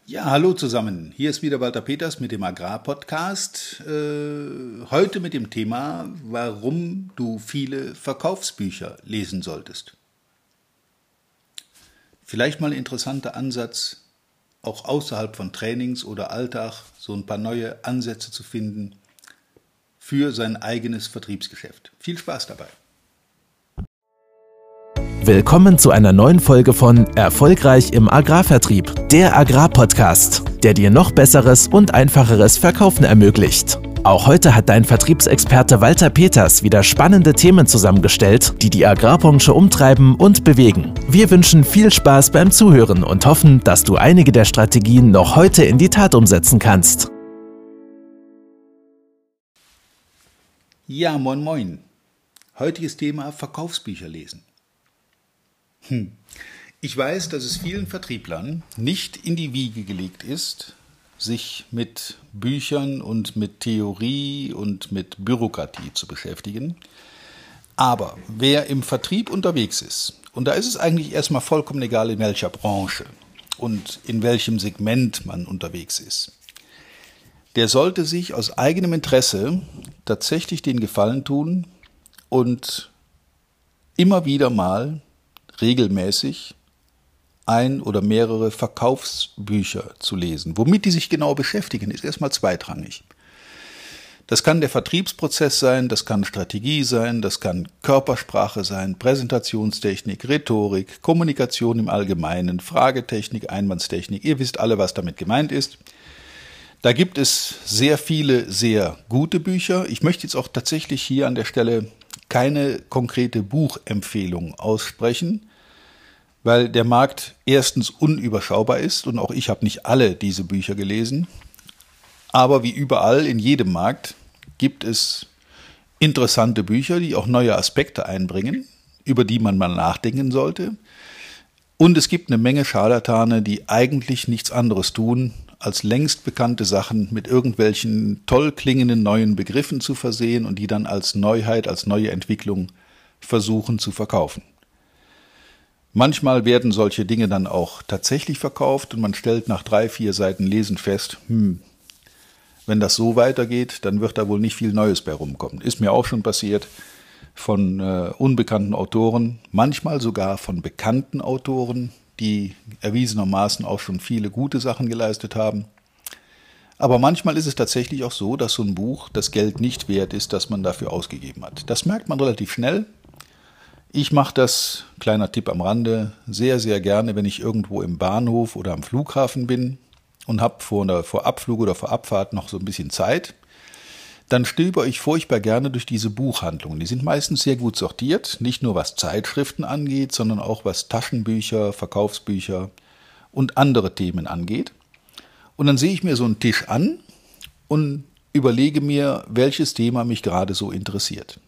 Ja, hallo zusammen. Hier ist wieder Walter Peters mit dem Agrarpodcast. Heute mit dem Thema, warum du viele Verkaufsbücher lesen solltest. Vielleicht mal ein interessanter Ansatz, auch außerhalb von Trainings oder Alltag so ein paar neue Ansätze zu finden für sein eigenes Vertriebsgeschäft. Viel Spaß dabei. Willkommen zu einer neuen Folge von Erfolgreich im Agrarvertrieb, der Agrarpodcast, der dir noch besseres und einfacheres Verkaufen ermöglicht. Auch heute hat dein Vertriebsexperte Walter Peters wieder spannende Themen zusammengestellt, die die Agrarbranche umtreiben und bewegen. Wir wünschen viel Spaß beim Zuhören und hoffen, dass du einige der Strategien noch heute in die Tat umsetzen kannst. Ja, moin moin. Heutiges Thema Verkaufsbücher lesen. Ich weiß, dass es vielen Vertrieblern nicht in die Wiege gelegt ist, sich mit Büchern und mit Theorie und mit Bürokratie zu beschäftigen. Aber wer im Vertrieb unterwegs ist, und da ist es eigentlich erstmal vollkommen egal, in welcher Branche und in welchem Segment man unterwegs ist, der sollte sich aus eigenem Interesse tatsächlich den Gefallen tun und immer wieder mal regelmäßig ein oder mehrere Verkaufsbücher zu lesen. Womit die sich genau beschäftigen, ist erstmal zweitrangig. Das kann der Vertriebsprozess sein, das kann Strategie sein, das kann Körpersprache sein, Präsentationstechnik, Rhetorik, Kommunikation im Allgemeinen, Fragetechnik, Einwandstechnik. Ihr wisst alle, was damit gemeint ist. Da gibt es sehr viele, sehr gute Bücher. Ich möchte jetzt auch tatsächlich hier an der Stelle keine konkrete Buchempfehlung aussprechen, weil der Markt erstens unüberschaubar ist und auch ich habe nicht alle diese Bücher gelesen. Aber wie überall in jedem Markt gibt es interessante Bücher, die auch neue Aspekte einbringen, über die man mal nachdenken sollte. Und es gibt eine Menge Scharlatane, die eigentlich nichts anderes tun, als längst bekannte Sachen mit irgendwelchen toll klingenden neuen Begriffen zu versehen und die dann als Neuheit, als neue Entwicklung versuchen zu verkaufen. Manchmal werden solche Dinge dann auch tatsächlich verkauft und man stellt nach 3-4 Seiten Lesen fest, wenn das so weitergeht, dann wird da wohl nicht viel Neues bei rumkommen. Ist mir auch schon passiert von unbekannten Autoren, manchmal sogar von bekannten Autoren, die erwiesenermaßen auch schon viele gute Sachen geleistet haben. Aber manchmal ist es tatsächlich auch so, dass so ein Buch das Geld nicht wert ist, das man dafür ausgegeben hat. Das merkt man relativ schnell. Ich mache das, kleiner Tipp am Rande, sehr, sehr gerne, wenn ich irgendwo im Bahnhof oder am Flughafen bin und habe vor Abflug oder vor Abfahrt noch so ein bisschen Zeit. Dann stöber ich furchtbar gerne durch diese Buchhandlungen. Die sind meistens sehr gut sortiert, nicht nur was Zeitschriften angeht, sondern auch was Taschenbücher, Verkaufsbücher und andere Themen angeht. Und dann sehe ich mir so einen Tisch an und überlege mir, welches Thema mich gerade so interessiert.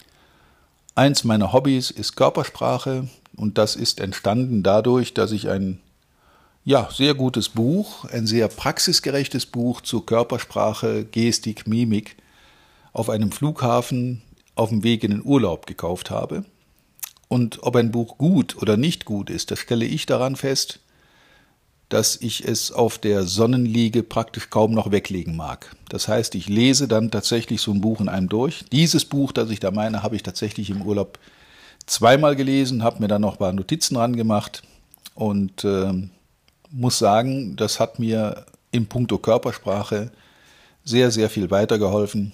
Eins meiner Hobbys ist Körpersprache und das ist entstanden dadurch, dass ich ein sehr gutes Buch, ein sehr praxisgerechtes Buch zur Körpersprache, Gestik, Mimik auf einem Flughafen auf dem Weg in den Urlaub gekauft habe. Und ob ein Buch gut oder nicht gut ist, das stelle ich daran fest, dass ich es auf der Sonnenliege praktisch kaum noch weglegen mag. Das heißt, ich lese dann tatsächlich so ein Buch in einem durch. Dieses Buch, das ich da meine, habe ich tatsächlich im Urlaub 2-mal gelesen, habe mir dann noch ein paar Notizen ran gemacht und muss sagen, das hat mir in puncto Körpersprache sehr, sehr viel weitergeholfen,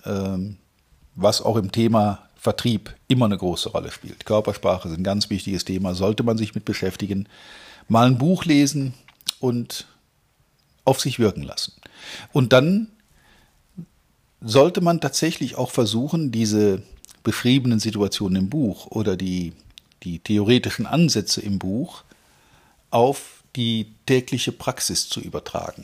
was auch im Thema Vertrieb immer eine große Rolle spielt. Körpersprache ist ein ganz wichtiges Thema, sollte man sich mit beschäftigen. Mal ein Buch lesen und auf sich wirken lassen. Und dann sollte man tatsächlich auch versuchen, diese beschriebenen Situationen im Buch oder die theoretischen Ansätze im Buch auf die tägliche Praxis zu übertragen.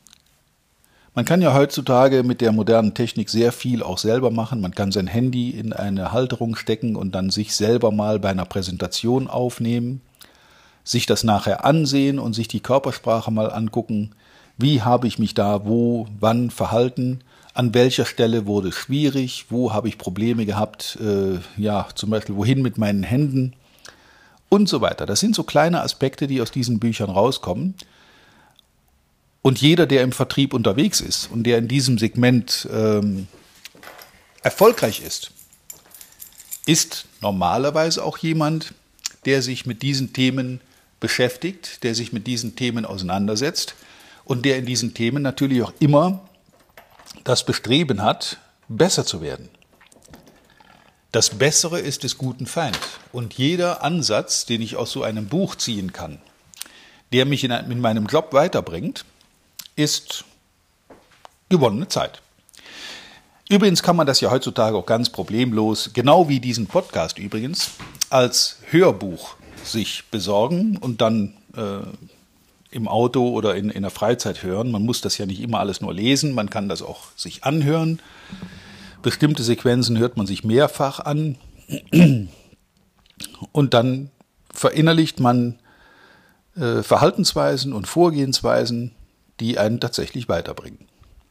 Man kann ja heutzutage mit der modernen Technik sehr viel auch selber machen. Man kann sein Handy in eine Halterung stecken und dann sich selber mal bei einer Präsentation aufnehmen, sich das nachher ansehen und sich die Körpersprache mal angucken. Wie habe ich mich da wo, wann verhalten? An welcher Stelle wurde es schwierig? Wo habe ich Probleme gehabt? Zum Beispiel wohin mit meinen Händen? Und so weiter. Das sind so kleine Aspekte, die aus diesen Büchern rauskommen. Und jeder, der im Vertrieb unterwegs ist und der in diesem Segment erfolgreich ist normalerweise auch jemand, der sich mit diesen Themen beschäftigt, der sich mit diesen Themen auseinandersetzt und der in diesen Themen natürlich auch immer das Bestreben hat, besser zu werden. Das Bessere ist des guten Feind. Und jeder Ansatz, den ich aus so einem Buch ziehen kann, der mich in meinem Job weiterbringt, ist gewonnene Zeit. Übrigens kann man das ja heutzutage auch ganz problemlos, genau wie diesen Podcast übrigens, als Hörbuch sich besorgen und dann im Auto oder in der Freizeit hören. Man muss das ja nicht immer alles nur lesen, man kann das auch sich anhören. Bestimmte Sequenzen hört man sich mehrfach an und dann verinnerlicht man Verhaltensweisen und Vorgehensweisen, die einen tatsächlich weiterbringen.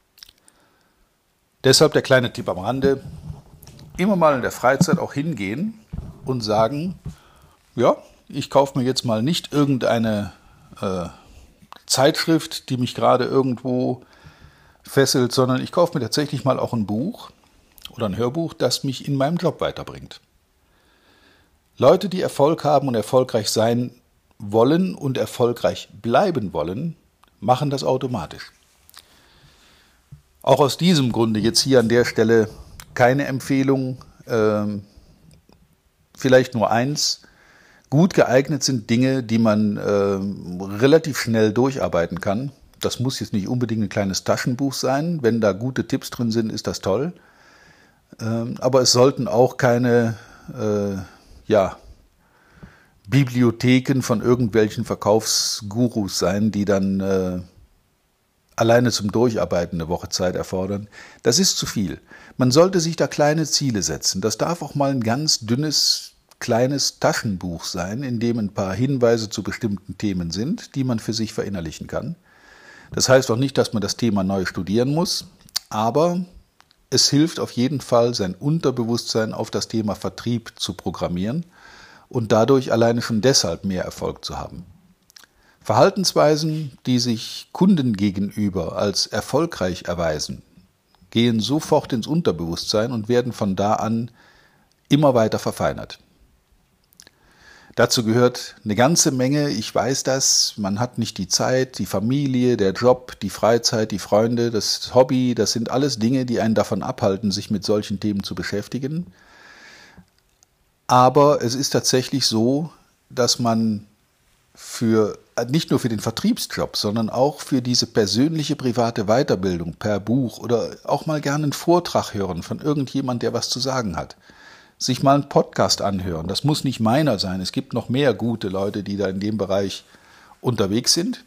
Deshalb der kleine Tipp am Rande, immer mal in der Freizeit auch hingehen und sagen, ja, ich kaufe mir jetzt mal nicht irgendeine Zeitschrift, die mich gerade irgendwo fesselt, sondern ich kaufe mir tatsächlich mal auch ein Buch oder ein Hörbuch, das mich in meinem Job weiterbringt. Leute, die Erfolg haben und erfolgreich sein wollen und erfolgreich bleiben wollen, machen das automatisch. Auch aus diesem Grunde jetzt hier an der Stelle keine Empfehlung, vielleicht nur eins. Gut geeignet sind Dinge, die man relativ schnell durcharbeiten kann. Das muss jetzt nicht unbedingt ein kleines Taschenbuch sein. Wenn da gute Tipps drin sind, ist das toll. Aber es sollten auch keine Bibliotheken von irgendwelchen Verkaufsgurus sein, die dann alleine zum Durcharbeiten eine Woche Zeit erfordern. Das ist zu viel. Man sollte sich da kleine Ziele setzen. Das darf auch mal ein ganz dünnes, kleines Taschenbuch sein, in dem ein paar Hinweise zu bestimmten Themen sind, die man für sich verinnerlichen kann. Das heißt auch nicht, dass man das Thema neu studieren muss, aber es hilft auf jeden Fall, sein Unterbewusstsein auf das Thema Vertrieb zu programmieren und dadurch alleine schon deshalb mehr Erfolg zu haben. Verhaltensweisen, die sich Kunden gegenüber als erfolgreich erweisen, gehen sofort ins Unterbewusstsein und werden von da an immer weiter verfeinert. Dazu gehört eine ganze Menge, ich weiß das, man hat nicht die Zeit, die Familie, der Job, die Freizeit, die Freunde, das Hobby, das sind alles Dinge, die einen davon abhalten, sich mit solchen Themen zu beschäftigen. Aber es ist tatsächlich so, dass man nicht nur für den Vertriebsjob, sondern auch für diese persönliche private Weiterbildung per Buch oder auch mal gerne einen Vortrag hören von irgendjemand, der was zu sagen hat. Sich mal einen Podcast anhören. Das muss nicht meiner sein. Es gibt noch mehr gute Leute, die da in dem Bereich unterwegs sind.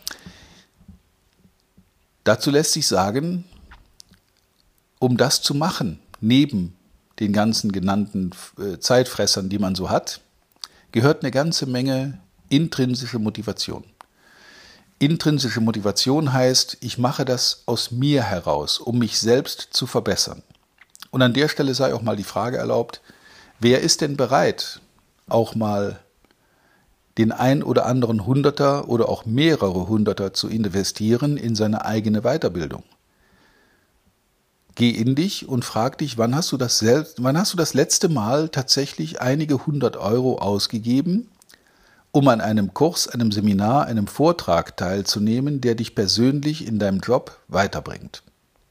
Dazu lässt sich sagen, um das zu machen, neben den ganzen genannten Zeitfressern, die man so hat, gehört eine ganze Menge intrinsische Motivation. Intrinsische Motivation heißt, ich mache das aus mir heraus, um mich selbst zu verbessern. Und an der Stelle sei auch mal die Frage erlaubt, wer ist denn bereit, auch mal den ein oder anderen Hunderter oder auch mehrere Hunderter zu investieren in seine eigene Weiterbildung? Geh in dich und frag dich, wann hast du das letzte Mal tatsächlich einige 100 Euro ausgegeben, um an einem Kurs, einem Seminar, einem Vortrag teilzunehmen, der dich persönlich in deinem Job weiterbringt?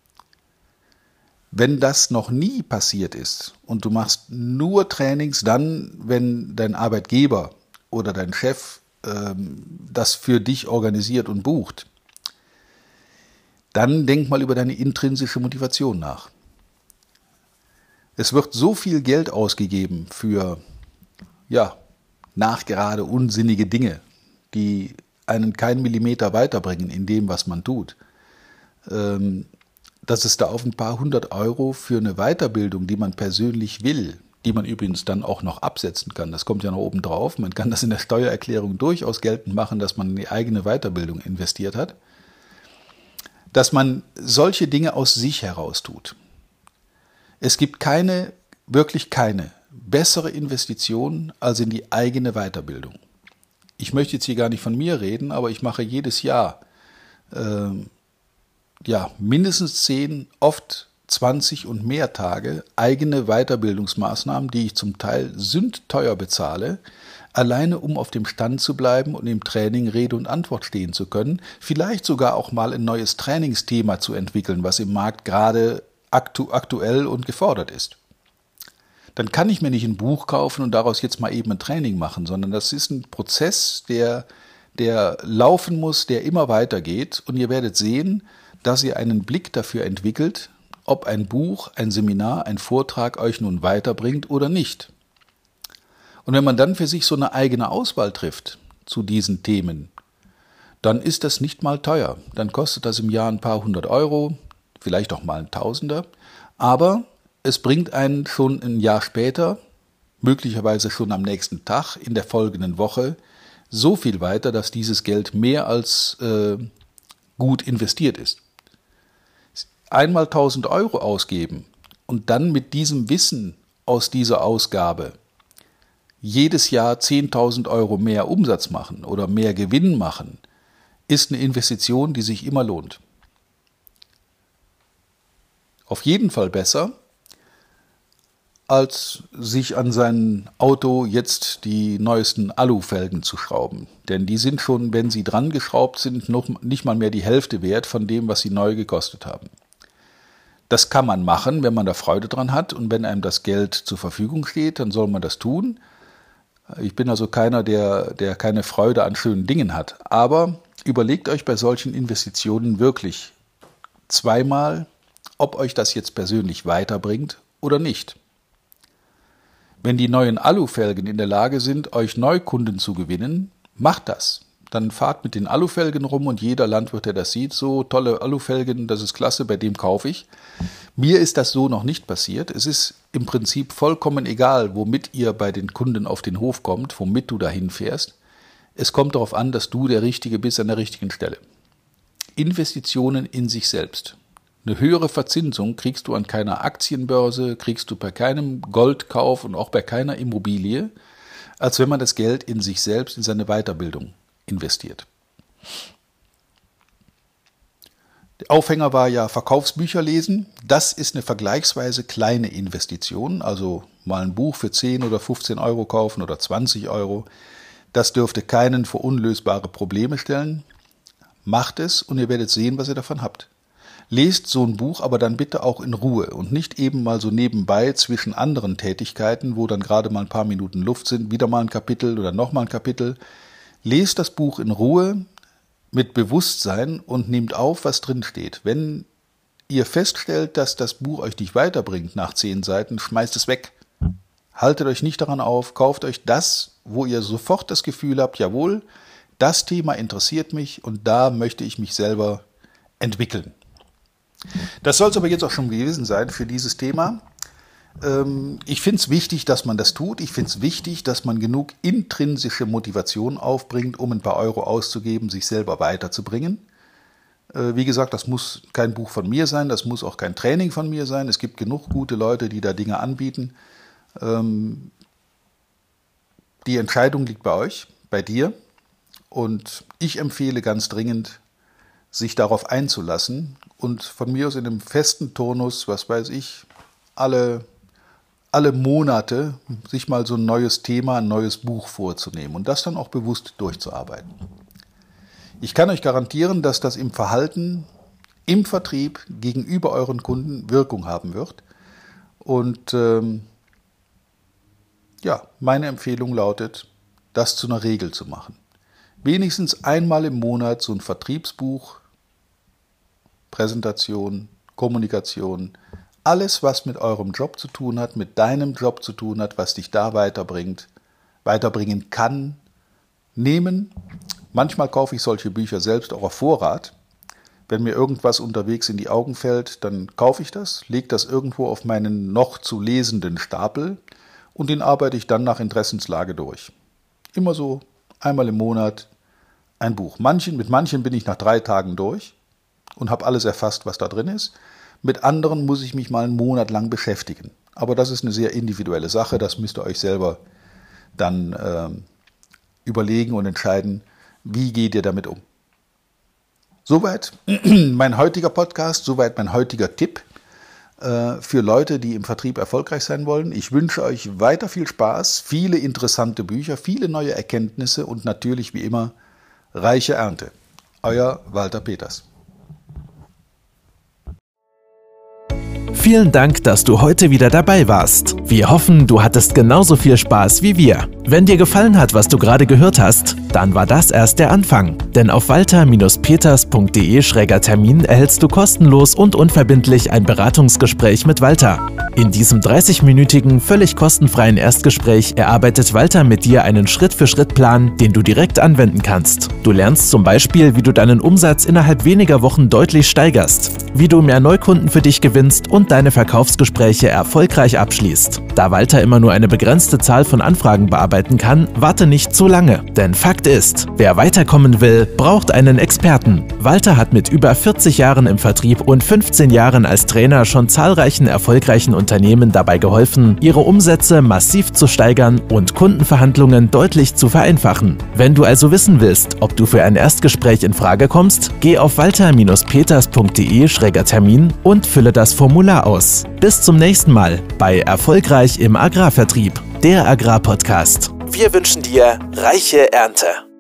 Wenn das noch nie passiert ist und du machst nur Trainings dann, wenn dein Arbeitgeber oder dein Chef das für dich organisiert und bucht, dann denk mal über deine intrinsische Motivation nach. Es wird so viel Geld ausgegeben für, nachgerade unsinnige Dinge, die einen keinen Millimeter weiterbringen in dem, was man tut, dass es da auf ein paar 100 Euro für eine Weiterbildung, die man persönlich will, die man übrigens dann auch noch absetzen kann, das kommt ja noch oben drauf, man kann das in der Steuererklärung durchaus geltend machen, dass man in die eigene Weiterbildung investiert hat, dass man solche Dinge aus sich heraus tut. Es gibt wirklich keine bessere Investition als in die eigene Weiterbildung. Ich möchte jetzt hier gar nicht von mir reden, aber ich mache jedes Jahr mindestens 10, oft 20 und mehr Tage eigene Weiterbildungsmaßnahmen, die ich zum Teil sündteuer bezahle, alleine um auf dem Stand zu bleiben und im Training Rede und Antwort stehen zu können, vielleicht sogar auch mal ein neues Trainingsthema zu entwickeln, was im Markt gerade aktuell und gefordert ist. Dann kann ich mir nicht ein Buch kaufen und daraus jetzt mal eben ein Training machen, sondern das ist ein Prozess, der laufen muss, der immer weitergeht, und ihr werdet sehen, dass ihr einen Blick dafür entwickelt, ob ein Buch, ein Seminar, ein Vortrag euch nun weiterbringt oder nicht. Und wenn man dann für sich so eine eigene Auswahl trifft zu diesen Themen, dann ist das nicht mal teuer. Dann kostet das im Jahr ein paar hundert Euro, vielleicht auch mal ein Tausender, aber es bringt einen schon ein Jahr später, möglicherweise schon am nächsten Tag, in der folgenden Woche, so viel weiter, dass dieses Geld mehr als gut investiert ist. Einmal 1.000 Euro ausgeben und dann mit diesem Wissen aus dieser Ausgabe jedes Jahr 10.000 Euro mehr Umsatz machen oder mehr Gewinn machen, ist eine Investition, die sich immer lohnt. Auf jeden Fall besser, als sich an sein Auto jetzt die neuesten Alufelgen zu schrauben. Denn die sind schon, wenn sie dran geschraubt sind, noch nicht mal mehr die Hälfte wert von dem, was sie neu gekostet haben. Das kann man machen, wenn man da Freude dran hat, und wenn einem das Geld zur Verfügung steht, dann soll man das tun. Ich bin also keiner, der keine Freude an schönen Dingen hat. Aber überlegt euch bei solchen Investitionen wirklich zweimal, ob euch das jetzt persönlich weiterbringt oder nicht. Wenn die neuen Alufelgen in der Lage sind, euch Neukunden zu gewinnen, macht das. Dann fahrt mit den Alufelgen rum und jeder Landwirt, der das sieht, so tolle Alufelgen, das ist klasse, bei dem kaufe ich. Mir ist das so noch nicht passiert. Es ist im Prinzip vollkommen egal, womit ihr bei den Kunden auf den Hof kommt, womit du dahin fährst. Es kommt darauf an, dass du der Richtige bist an der richtigen Stelle. Investitionen in sich selbst. Eine höhere Verzinsung kriegst du an keiner Aktienbörse, kriegst du bei keinem Goldkauf und auch bei keiner Immobilie, als wenn man das Geld in sich selbst, in seine Weiterbildung investiert. Der Aufhänger war ja Verkaufsbücher lesen. Das ist eine vergleichsweise kleine Investition, also mal ein Buch für 10 oder 15 Euro kaufen oder 20 Euro. Das dürfte keinen vor unlösbare Probleme stellen. Macht es und ihr werdet sehen, was ihr davon habt. Lest so ein Buch aber dann bitte auch in Ruhe und nicht eben mal so nebenbei zwischen anderen Tätigkeiten, wo dann gerade mal ein paar Minuten Luft sind, wieder mal ein Kapitel oder nochmal ein Kapitel. Lest das Buch in Ruhe mit Bewusstsein und nehmt auf, was drin steht. Wenn ihr feststellt, dass das Buch euch nicht weiterbringt nach 10 Seiten, schmeißt es weg. Haltet euch nicht daran auf, kauft euch das, wo ihr sofort das Gefühl habt, jawohl, das Thema interessiert mich und da möchte ich mich selber entwickeln. Das soll es aber jetzt auch schon gewesen sein für dieses Thema. Ich finde es wichtig, dass man das tut. Ich finde es wichtig, dass man genug intrinsische Motivation aufbringt, um ein paar Euro auszugeben, sich selber weiterzubringen. Wie gesagt, das muss kein Buch von mir sein, das muss auch kein Training von mir sein. Es gibt genug gute Leute, die da Dinge anbieten. Die Entscheidung liegt bei euch, bei dir. Und ich empfehle ganz dringend, sich darauf einzulassen und von mir aus in einem festen Turnus, was weiß ich, alle Monate sich mal so ein neues Thema, ein neues Buch vorzunehmen und das dann auch bewusst durchzuarbeiten. Ich kann euch garantieren, dass das im Verhalten, im Vertrieb gegenüber euren Kunden Wirkung haben wird. Und meine Empfehlung lautet, das zu einer Regel zu machen. Wenigstens einmal im Monat so ein Vertriebsbuch, Präsentation, Kommunikation, alles, was mit eurem Job zu tun hat, mit deinem Job zu tun hat, was dich da weiterbringen kann, nehmen. Manchmal kaufe ich solche Bücher selbst auch auf Vorrat. Wenn mir irgendwas unterwegs in die Augen fällt, dann kaufe ich das, lege das irgendwo auf meinen noch zu lesenden Stapel und den arbeite ich dann nach Interessenslage durch. Immer so einmal im Monat ein Buch. Mit manchen bin ich nach 3 Tagen durch und habe alles erfasst, was da drin ist. Mit anderen muss ich mich mal einen Monat lang beschäftigen. Aber das ist eine sehr individuelle Sache. Das müsst ihr euch selber dann überlegen und entscheiden, wie geht ihr damit um. Soweit mein heutiger Podcast, soweit mein heutiger Tipp für Leute, die im Vertrieb erfolgreich sein wollen. Ich wünsche euch weiter viel Spaß, viele interessante Bücher, viele neue Erkenntnisse und natürlich wie immer reiche Ernte. Euer Walter Peters. Vielen Dank, dass du heute wieder dabei warst. Wir hoffen, du hattest genauso viel Spaß wie wir. Wenn dir gefallen hat, was du gerade gehört hast, dann war das erst der Anfang. Denn auf walter-peters.de/Termin erhältst du kostenlos und unverbindlich ein Beratungsgespräch mit Walter. In diesem 30-minütigen, völlig kostenfreien Erstgespräch erarbeitet Walter mit dir einen Schritt-für-Schritt-Plan, den du direkt anwenden kannst. Du lernst zum Beispiel, wie du deinen Umsatz innerhalb weniger Wochen deutlich steigerst, wie du mehr Neukunden für dich gewinnst und deine Verkaufsgespräche erfolgreich abschließt. Da Walter immer nur eine begrenzte Zahl von Anfragen bearbeiten kann, warte nicht zu lange. Denn Fakt ist, wer weiterkommen will, braucht einen Experten. Walter hat mit über 40 Jahren im Vertrieb und 15 Jahren als Trainer schon zahlreichen erfolgreichen Unternehmen dabei geholfen, ihre Umsätze massiv zu steigern und Kundenverhandlungen deutlich zu vereinfachen. Wenn du also wissen willst, ob du für ein Erstgespräch in Frage kommst, geh auf walter-peters.de/Termin und fülle das Formular aus. Bis zum nächsten Mal bei Erfolgreich im Agrarvertrieb, der Agrarpodcast. Wir wünschen dir reiche Ernte.